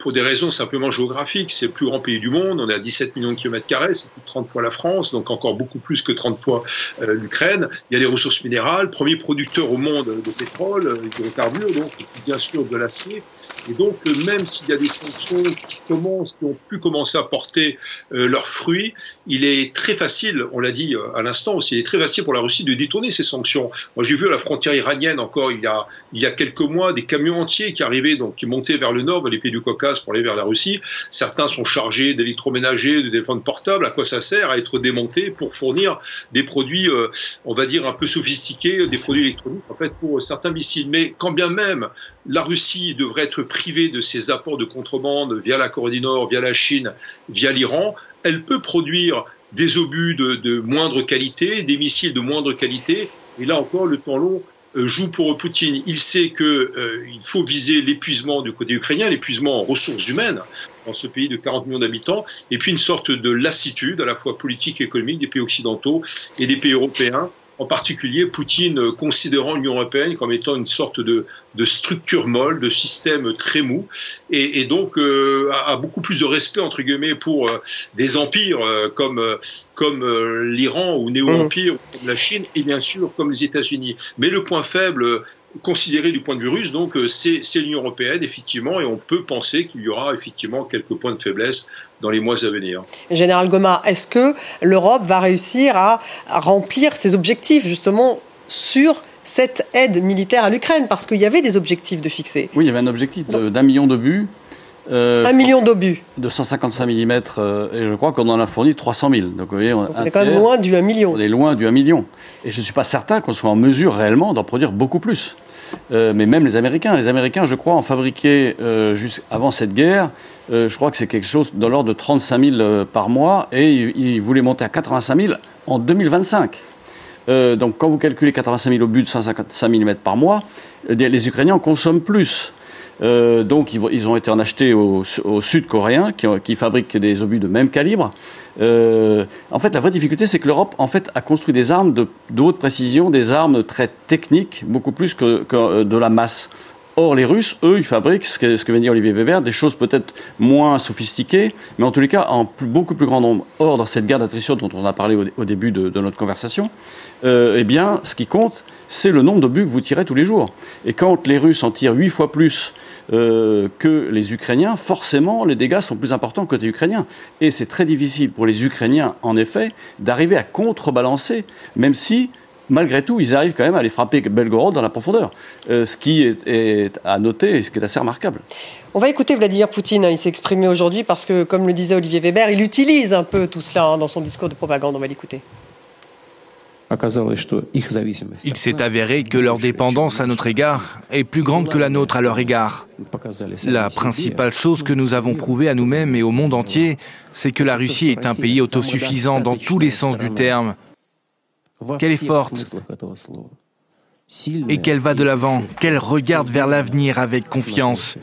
pour des raisons simplement géographiques. C'est le plus grand pays du monde, on est à dix-sept millions de kilomètres carrés, c'est plus de trente fois la France, donc encore beaucoup plus que trente fois euh, l'Ukraine. Il y a des ressources minérales, premier producteur au monde de pétrole, d'hydrocarbures, donc bien sûr de l'acier. Et donc, même s'il y a des sanctions qui commencent, qui ont pu commencer à porter euh, leurs fruits, il est très facile, on l'a dit à l'instant aussi, il est très facile pour la Russie de détourner ces sanctions. Moi, j'ai vu à la frontière iranienne encore il y a, il y a quelques mois des camions entiers qui arrivaient, donc qui montaient vers le nord, vers les pays du Caucase pour aller vers la Russie. Certains sont chargés d'électroménagers, de téléphones portables. À quoi ça sert? À être démontés pour fournir des produits, euh, on va dire, un peu sophistiqués, des produits électroniques, en fait, pour certains missiles. Mais quand bien même la Russie devrait être privée de ses apports de contrebande via la Corée du Nord, via la Chine, via l'Iran, elle peut produire des obus de, de moindre qualité, des missiles de moindre qualité. Et là encore, le temps long euh, joue pour Poutine. Il sait qu'il euh, faut viser l'épuisement du côté ukrainien, l'épuisement en ressources humaines dans ce pays de quarante millions d'habitants, et puis une sorte de lassitude à la fois politique et économique des pays occidentaux et des pays européens. En particulier, Poutine considérant l'Union européenne comme étant une sorte de, de structure molle, de système très mou, et, et donc euh, a, a beaucoup plus de respect entre guillemets pour euh, des empires euh, comme euh, comme euh, l'Iran ou néo-empire, mmh. comme la Chine, et bien sûr comme les États-Unis. Mais le point faible euh, considéré du point de vue russe, donc c'est, c'est l'Union européenne, effectivement, et on peut penser qu'il y aura effectivement quelques points de faiblesse dans les mois à venir. Général Goma, est-ce que l'Europe va réussir à, à remplir ses objectifs, justement, sur cette aide militaire à l'Ukraine? Parce qu'il y avait des objectifs de fixer. Oui, il y avait un objectif de, d'un million d'obus. Euh, un million d'obus. De cent cinquante-cinq millimètres, euh, et je crois qu'on en a fourni trois cent mille. Donc, vous voyez, on, Donc on est quand même loin du un million. On est loin du un million. Et je ne suis pas certain qu'on soit en mesure réellement d'en produire beaucoup plus. Euh, mais même les Américains. Les Américains, je crois, en fabriquaient euh, jusqu'avant cette guerre, euh, je crois que c'est quelque chose dans l'ordre de trente-cinq mille euh, par mois, et ils, ils voulaient monter à quatre-vingt-cinq mille en deux mille vingt-cinq. Euh, donc quand vous calculez quatre-vingt-cinq mille obus de cent cinquante-cinq millimètres par mois, euh, les Ukrainiens en consomment plus. Euh, donc ils ont été en achetés aux, aux Sud-Coréens qui, qui fabriquent des obus de même calibre. Euh, en fait, la vraie difficulté, c'est que l'Europe en fait, a construit des armes de, de haute précision, des armes très techniques, beaucoup plus que, que de la masse. Or, les Russes, eux, ils fabriquent, ce que, ce que vient de dire Olivier Weber, des choses peut-être moins sophistiquées, mais en tous les cas en plus, beaucoup plus grand nombre. Or, dans cette guerre d'attrition dont on a parlé au, au début de, de notre conversation, euh, eh bien, ce qui compte, c'est le nombre d'obus que vous tirez tous les jours. Et quand les Russes en tirent huit fois plus euh, que les Ukrainiens, forcément, les dégâts sont plus importants côté ukrainien. Et c'est très difficile pour les Ukrainiens, en effet, d'arriver à contrebalancer, même si... Malgré tout, ils arrivent quand même à aller frapper Belgorod dans la profondeur, euh, ce qui est, est à noter et ce qui est assez remarquable. On va écouter Vladimir Poutine, il s'est exprimé aujourd'hui parce que, comme le disait Olivier Weber, il utilise un peu tout cela hein, dans son discours de propagande. On va l'écouter. Il s'est avéré que leur dépendance à notre égard est plus grande que la nôtre à leur égard. La principale chose que nous avons prouvée à nous-mêmes et au monde entier, c'est que la Russie est un pays autosuffisant dans tous les sens du terme, qu'elle est forte et qu'elle va de l'avant, qu'elle regarde vers l'avenir avec confiance.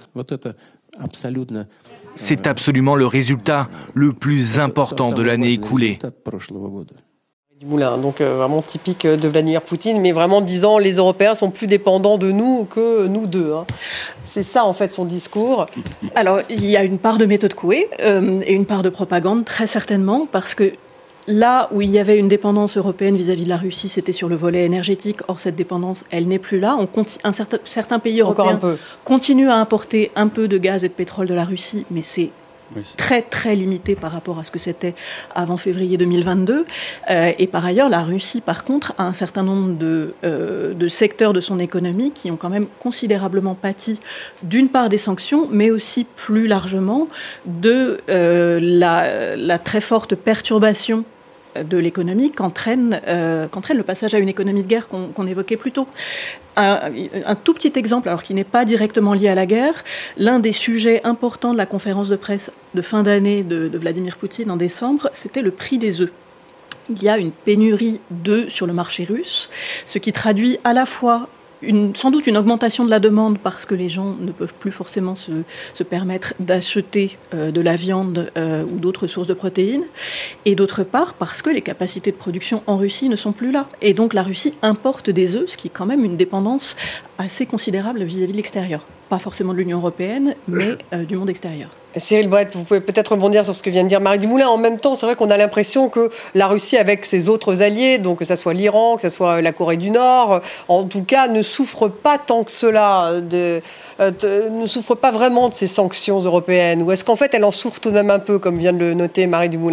C'est absolument le résultat le plus important de l'année écoulée. Du moulin, donc euh, vraiment typique de Vladimir Poutine, mais vraiment disant les Européens sont plus dépendants de nous que nous d'eux. Hein. C'est ça en fait son discours. Alors il y a une part de méthode couée euh, et une part de propagande très certainement, parce que là où il y avait une dépendance européenne vis-à-vis de la Russie, c'était sur le volet énergétique. Or, cette dépendance, elle n'est plus là. On conti- un certain, certains pays européens continuent à importer un peu de gaz et de pétrole de la Russie, mais c'est oui, très, très limité par rapport à ce que c'était avant février deux mille vingt-deux. Euh, et par ailleurs, la Russie, par contre, a un certain nombre de, euh, de secteurs de son économie qui ont quand même considérablement pâti, d'une part des sanctions, mais aussi plus largement de euh, la, la très forte perturbation de l'économie qu'entraîne, euh, qu'entraîne le passage à une économie de guerre qu'on, qu'on évoquait plus tôt. Un, un tout petit exemple, alors qui n'est pas directement lié à la guerre, l'un des sujets importants de la conférence de presse de fin d'année de, de Vladimir Poutine en décembre, c'était le prix des œufs. Il y a une pénurie d'œufs sur le marché russe, ce qui traduit à la fois Une, sans doute une augmentation de la demande parce que les gens ne peuvent plus forcément se, se permettre d'acheter euh, de la viande euh, ou d'autres sources de protéines, et d'autre part parce que les capacités de production en Russie ne sont plus là. Et donc la Russie importe des œufs, ce qui est quand même une dépendance assez considérable vis-à-vis de l'extérieur. pas forcément de l'Union européenne, mais euh, du monde extérieur. Cyril Brett, vous pouvez peut-être rebondir sur ce que vient de dire Marie Dumoulin. En même temps, c'est vrai qu'on a l'impression que la Russie, avec ses autres alliés, donc que ce soit l'Iran, que ce soit la Corée du Nord, en tout cas, ne souffre pas tant que cela, de, de, ne souffre pas vraiment de ces sanctions européennes. Ou est-ce qu'en fait, elle en souffre tout de même un peu, comme vient de le noter Marie Dumoulin ?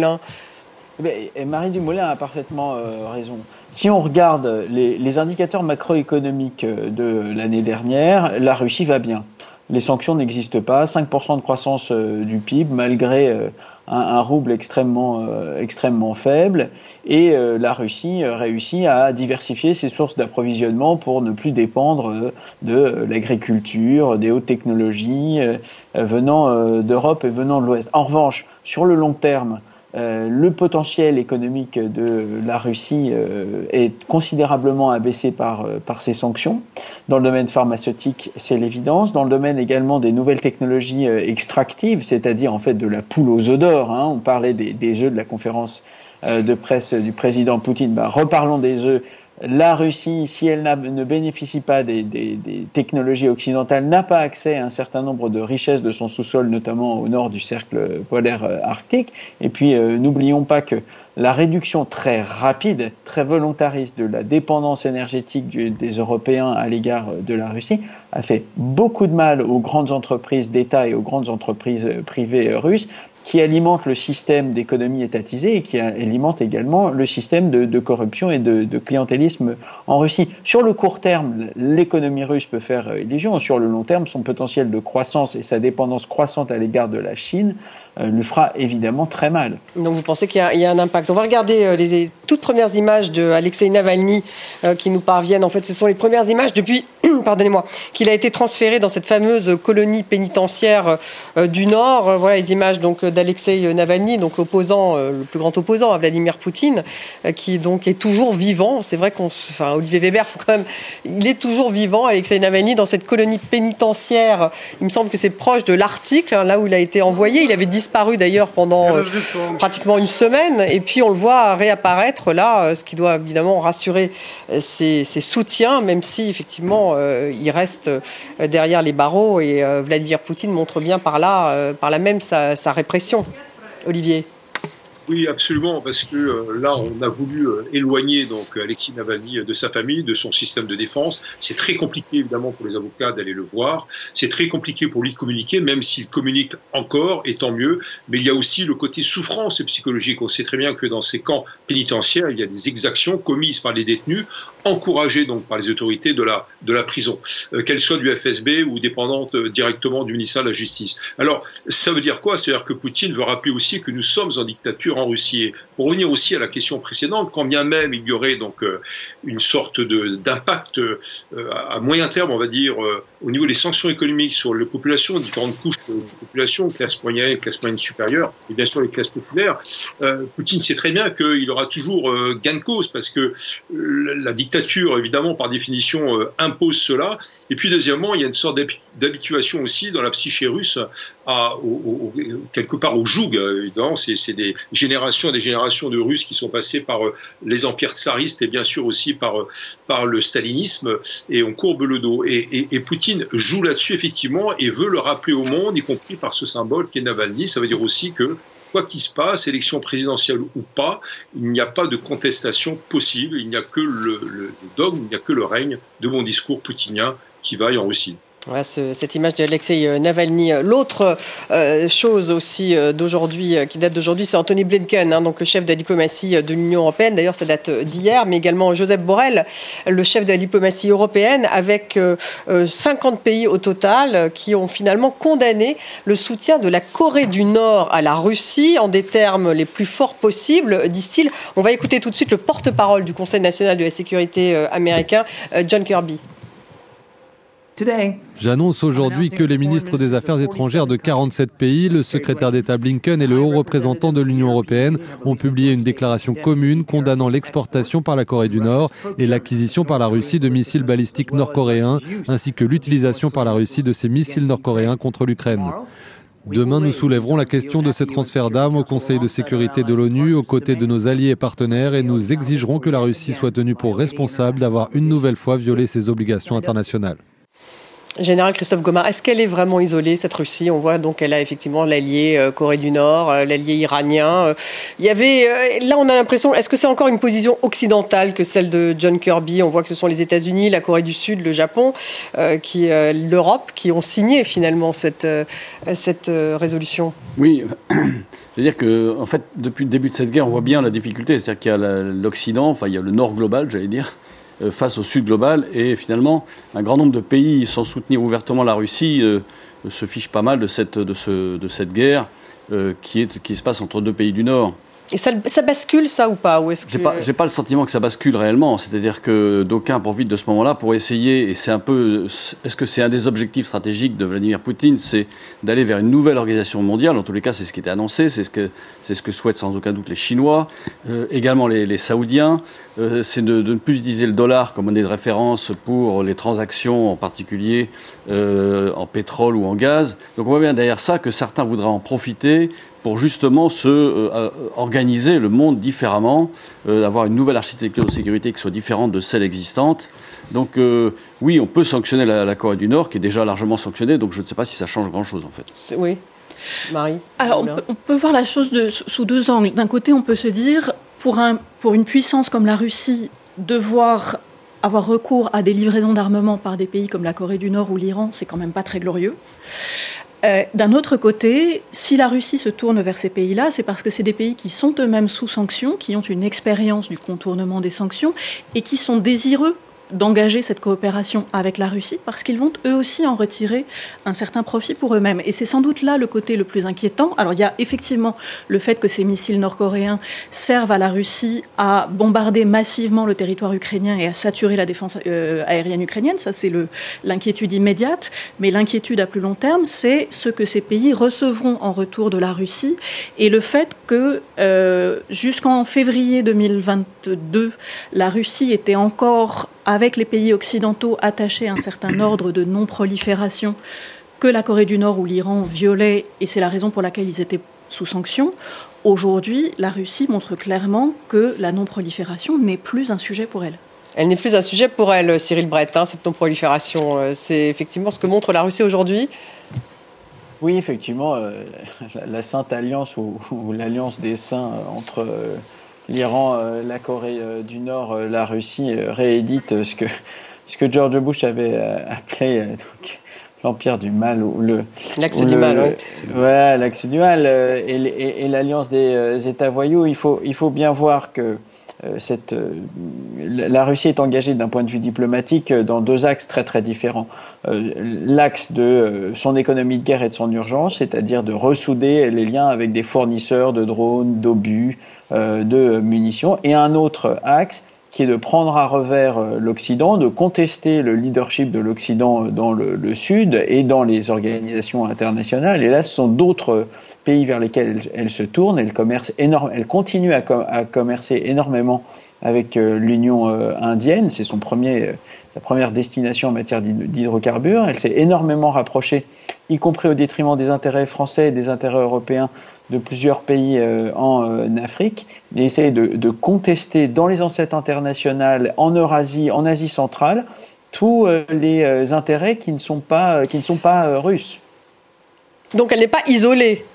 Et Marie Dumoulin a parfaitement euh, raison. Si on regarde les, les indicateurs macroéconomiques de l'année dernière, la Russie va bien. Les sanctions n'existent pas, cinq pour cent de croissance euh, du P I B malgré euh, un, un rouble extrêmement, euh, extrêmement faible, et euh, la Russie euh, réussit à diversifier ses sources d'approvisionnement pour ne plus dépendre euh, de euh, l'agriculture, des hautes technologies euh, venant euh, d'Europe et venant de l'Ouest. En revanche, sur le long terme, Euh, le potentiel économique de la Russie euh, est considérablement abaissé par, euh, par ces sanctions. Dans le domaine pharmaceutique, c'est l'évidence. Dans le domaine également des nouvelles technologies euh, extractives, c'est-à-dire en fait de la poule aux œufs d'or. Hein. On parlait des, des œufs de la conférence euh, de presse du président Poutine. Bah, reparlons des œufs. La Russie, si elle ne bénéficie pas des, des, des technologies occidentales, n'a pas accès à un certain nombre de richesses de son sous-sol, notamment au nord du cercle polaire arctique. Et puis, euh, n'oublions pas que la réduction très rapide, très volontariste de la dépendance énergétique du, des Européens à l'égard de la Russie a fait beaucoup de mal aux grandes entreprises d'État et aux grandes entreprises privées russes, qui alimente le système d'économie étatisée et qui alimente également le système de, de corruption et de, de clientélisme en Russie. Sur le court terme, l'économie russe peut faire illusion. Sur le long terme, son potentiel de croissance et sa dépendance croissante à l'égard de la Chine euh, lui fera évidemment très mal. Donc vous pensez qu'il y a, il y a un impact. On va regarder euh, les, les toutes premières images d'Alexeï Navalny euh, qui nous parviennent. En fait, ce sont les premières images depuis, pardonnez-moi, qu'il a été transféré dans cette fameuse colonie pénitentiaire euh, du Nord. Euh, voilà les images donc d'Alexeï Navalny, donc l'opposant, euh, le plus grand opposant à Vladimir Poutine, euh, qui donc est toujours vivant. C'est vrai qu'on, enfin Olivier Weber, faut quand même, il est toujours vivant, Alexeï Navalny, dans cette colonie pénitentiaire. Il me semble que c'est proche de l'Arctique, hein, là où il a été envoyé. Il avait disparu d'ailleurs pendant euh, pratiquement une semaine, et puis on le voit réapparaître là, euh, ce qui doit évidemment rassurer euh, ses, ses soutiens, même si effectivement euh, il reste euh, derrière les barreaux, et euh, Vladimir Poutine montre bien par là, euh, par là même sa, sa répression. Olivier. Oui, absolument, parce que euh, là, on a voulu euh, éloigner donc Alexeï Navalny de sa famille, de son système de défense. C'est très compliqué, évidemment, pour les avocats d'aller le voir. C'est très compliqué pour lui de communiquer, même s'il communique encore, et tant mieux. Mais il y a aussi le côté souffrance psychologique. On sait très bien que dans ces camps pénitentiaires, il y a des exactions commises par les détenus, encouragées donc par les autorités de la de la prison, euh, qu'elles soient du F S B ou dépendantes euh, directement du ministère de la Justice. Alors, ça veut dire quoi? C'est-à-dire que Poutine veut rappeler aussi que nous sommes en dictature en Russie. Pour revenir aussi à la question précédente, quand bien même il y aurait donc euh, une sorte de d'impact euh, à moyen terme, on va dire, euh, au niveau des sanctions économiques sur les populations, différentes couches de population, classe moyenne, classe moyenne supérieure, et bien sûr les classes populaires, euh, Poutine sait très bien qu'il aura toujours euh, gain de cause, parce que euh, la dictature, évidemment, par définition, euh, impose cela. Et puis deuxièmement, il y a une sorte d'habituation aussi dans la psyché russe à, au, au, quelque part au joug. Évidemment, c'est, c'est des générations et des générations de Russes qui sont passés par euh, les empires tsaristes et bien sûr aussi par, euh, par le stalinisme, et on courbe le dos. Et, et, et Poutine joue là-dessus effectivement et veut le rappeler au monde, y compris par ce symbole qu'est Navalny. Ça veut dire aussi que quoi qu'il se passe, élection présidentielle ou pas, il n'y a pas de contestation possible, il n'y a que le, le dogme, il n'y a que le règne de mon discours poutinien qui vaille en Russie. Voilà, ce, cette image d'Alexeï Navalny. L'autre euh, chose aussi euh, d'aujourd'hui, euh, qui date d'aujourd'hui, c'est Anthony Blinken, hein, donc le chef de la diplomatie de l'Union européenne. D'ailleurs, ça date d'hier, mais également Joseph Borrell, le chef de la diplomatie européenne, avec euh, cinquante pays au total qui ont finalement condamné le soutien de la Corée du Nord à la Russie en des termes les plus forts possibles, disent-ils. On va écouter tout de suite le porte-parole du Conseil national de la sécurité euh, américain, euh, John Kirby. J'annonce aujourd'hui que les ministres des Affaires étrangères de quarante-sept pays, le secrétaire d'État Blinken et le haut représentant de l'Union européenne ont publié une déclaration commune condamnant l'exportation par la Corée du Nord et l'acquisition par la Russie de missiles balistiques nord-coréens, ainsi que l'utilisation par la Russie de ces missiles nord-coréens contre l'Ukraine. Demain, nous soulèverons la question de ces transferts d'armes au Conseil de sécurité de l'ONU, aux côtés de nos alliés et partenaires, et nous exigerons que la Russie soit tenue pour responsable d'avoir une nouvelle fois violé ses obligations internationales. Général Christophe Gomard, est-ce qu'elle est vraiment isolée, cette Russie ? On voit donc qu'elle a effectivement l'allié euh, Corée du Nord, euh, l'allié iranien. Euh, il y avait, euh, là, on a l'impression, est-ce que c'est encore une position occidentale que celle de John Kirby ? On voit que ce sont les États-Unis, la Corée du Sud, le Japon, euh, qui, euh, l'Europe, qui ont signé finalement cette, euh, cette euh, résolution. Oui, c'est-à-dire que, en fait, depuis le début de cette guerre, on voit bien la difficulté. C'est-à-dire qu'il y a la, l'Occident, enfin, il y a le Nord global, j'allais dire, face au Sud global, et finalement un grand nombre de pays, sans soutenir ouvertement la Russie, euh, se fichent pas mal de cette, de ce, de cette guerre euh, qui, est, qui se passe entre deux pays du Nord. Et ça, ça bascule, ça, ou pas, ou est-ce que... J'ai pas, j'ai pas le sentiment que ça bascule réellement. C'est-à-dire que d'aucuns profitent de ce moment-là pour essayer, et c'est un peu... Est-ce que c'est un des objectifs stratégiques de Vladimir Poutine, c'est d'aller vers une nouvelle organisation mondiale. En tous les cas, c'est ce qui était annoncé, c'est ce que, c'est ce que souhaitent sans aucun doute les Chinois, euh, également les, les Saoudiens. Euh, c'est de, de ne plus utiliser le dollar comme monnaie de référence pour les transactions, en particulier euh, en pétrole ou en gaz. Donc on voit bien derrière ça que certains voudraient en profiter pour justement se euh, organiser le monde différemment, euh, avoir une nouvelle architecture de sécurité qui soit différente de celle existante. Donc euh, oui, on peut sanctionner la, la Corée du Nord, qui est déjà largement sanctionnée, donc je ne sais pas si ça change grand-chose en fait. C'est, oui, Marie. Alors on peut, on peut voir la chose de, sous deux angles. D'un côté, on peut se dire, pour, un, pour une puissance comme la Russie, devoir avoir recours à des livraisons d'armement par des pays comme la Corée du Nord ou l'Iran, c'est quand même pas très glorieux. Euh, d'un autre côté, si la Russie se tourne vers ces pays-là, c'est parce que c'est des pays qui sont eux-mêmes sous sanctions, qui ont une expérience du contournement des sanctions et qui sont désireux d'engager cette coopération avec la Russie parce qu'ils vont eux aussi en retirer un certain profit pour eux-mêmes. Et c'est sans doute là le côté le plus inquiétant. Alors il y a effectivement le fait que ces missiles nord-coréens servent à la Russie à bombarder massivement le territoire ukrainien et à saturer la défense euh, aérienne ukrainienne. Ça, c'est le, l'inquiétude immédiate. Mais l'inquiétude à plus long terme, c'est ce que ces pays recevront en retour de la Russie et le fait que euh, jusqu'en février deux mille vingt-deux, la Russie était encore avec les pays occidentaux attachés à un certain ordre de non-prolifération que la Corée du Nord ou l'Iran violaient, et c'est la raison pour laquelle ils étaient sous sanctions. Aujourd'hui, la Russie montre clairement que la non-prolifération n'est plus un sujet pour elle. Elle n'est plus un sujet pour elle, Cyril Brett, hein, cette non-prolifération. C'est effectivement ce que montre la Russie aujourd'hui. Oui, effectivement, euh, la, la Sainte Alliance ou, ou l'Alliance des Saints entre... Euh, l'Iran, euh, la Corée euh, du Nord, euh, la Russie euh, réédite euh, ce que ce que George Bush avait euh, appelé euh, donc, l'empire du mal ou le l'axe ou du le, mal. Ouais, ouais l'axe du mal euh, et, et, et l'alliance des euh, États voyous. Il faut il faut bien voir que euh, cette euh, la Russie est engagée d'un point de vue diplomatique euh, dans deux axes très très différents. Euh, l'axe de euh, son économie de guerre et de son urgence, c'est-à-dire de ressouder les liens avec des fournisseurs de drones, d'obus, euh, de munitions, et un autre axe qui est de prendre à revers euh, l'Occident, de contester le leadership de l'Occident dans le, le Sud et dans les organisations internationales. Et là, ce sont d'autres pays vers lesquels elle, elle se tourne. Elle commerce énorme, elle continue à, com- à commercer énormément avec euh, l'Union euh, indienne. C'est son premier, euh, sa première destination en matière d'hydrocarbures. Elle s'est énormément rapprochée, y compris au détriment des intérêts français et des intérêts européens, de plusieurs pays euh, en euh, Afrique, et essayer de, de contester dans les enceintes internationales, en Eurasie, en Asie centrale, tous euh, les euh, intérêts qui ne sont pas, euh, qui ne sont pas euh, russes. Donc elle n'est pas isolée.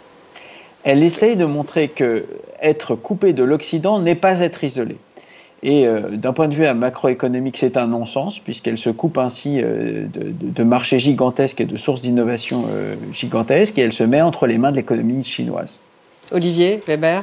Elle essaye de montrer que être coupée de l'Occident n'est pas être isolée. Et euh, d'un point de vue macroéconomique, c'est un non-sens, puisqu'elle se coupe ainsi euh, de, de, de marchés gigantesques et de sources d'innovation euh, gigantesques, et elle se met entre les mains de l'économie chinoise. Olivier Weber.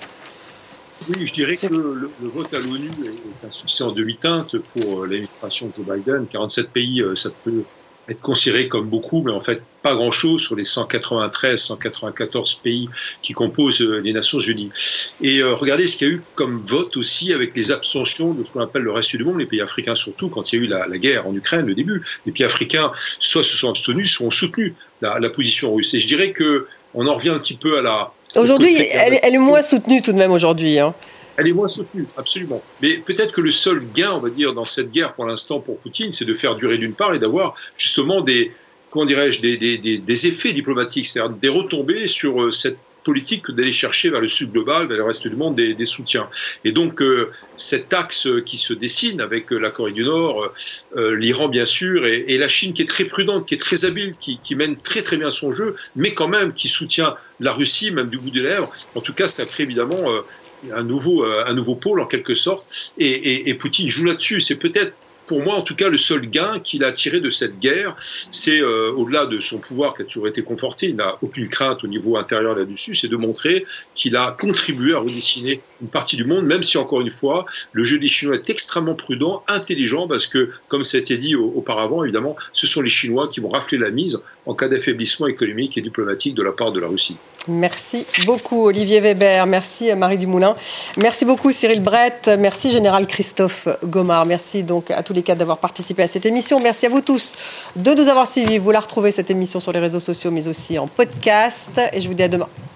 Oui, je dirais que le, le vote à l'ONU est un succès en demi-teinte pour l'administration de Joe Biden. quarante-sept pays, ça peut être considéré comme beaucoup, mais en fait pas grand-chose sur les cent quatre-vingt-treize, cent quatre-vingt-quatorze pays qui composent les Nations Unies. Et euh, regardez ce qu'il y a eu comme vote aussi avec les abstentions de ce qu'on appelle le reste du monde, les pays africains surtout, quand il y a eu la, la guerre en Ukraine, le début. Les pays africains soit se sont abstenus, soit ont soutenu la, la position russe. Et je dirais que on en revient un petit peu à la... Aujourd'hui, elle, elle est moins soutenue tout de même aujourd'hui, hein. Elle est moins soutenue, absolument. Mais peut-être que le seul gain, on va dire, dans cette guerre pour l'instant pour Poutine, c'est de faire durer d'une part et d'avoir justement des, comment dirais-je, des, des, des, des effets diplomatiques, c'est-à-dire des retombées sur cette politique que d'aller chercher vers le sud global, vers le reste du monde, des, des soutiens. Et donc, euh, cet axe qui se dessine avec euh, la Corée du Nord, euh, l'Iran bien sûr, et, et la Chine qui est très prudente, qui est très habile, qui, qui mène très très bien son jeu, mais quand même qui soutient la Russie, même du bout des lèvres. En tout cas, ça crée évidemment euh, un nouveau, euh, un nouveau pôle en quelque sorte, et, et, et Poutine joue là-dessus. C'est peut-être, pour moi, en tout cas, le seul gain qu'il a tiré de cette guerre, c'est, euh, au-delà de son pouvoir qui a toujours été conforté, il n'a aucune crainte au niveau intérieur là-dessus, c'est de montrer qu'il a contribué à redessiner une partie du monde, même si, encore une fois, le jeu des Chinois est extrêmement prudent, intelligent, parce que, comme ça a été dit auparavant, évidemment, ce sont les Chinois qui vont rafler la mise en cas d'affaiblissement économique et diplomatique de la part de la Russie. Merci beaucoup Olivier Weber, merci Marie Dumoulin, merci beaucoup Cyril Brett, merci Général Christophe Gomard, merci donc à tous les quatre d'avoir participé à cette émission, merci à vous tous de nous avoir suivis, vous la retrouvez cette émission sur les réseaux sociaux mais aussi en podcast et je vous dis à demain.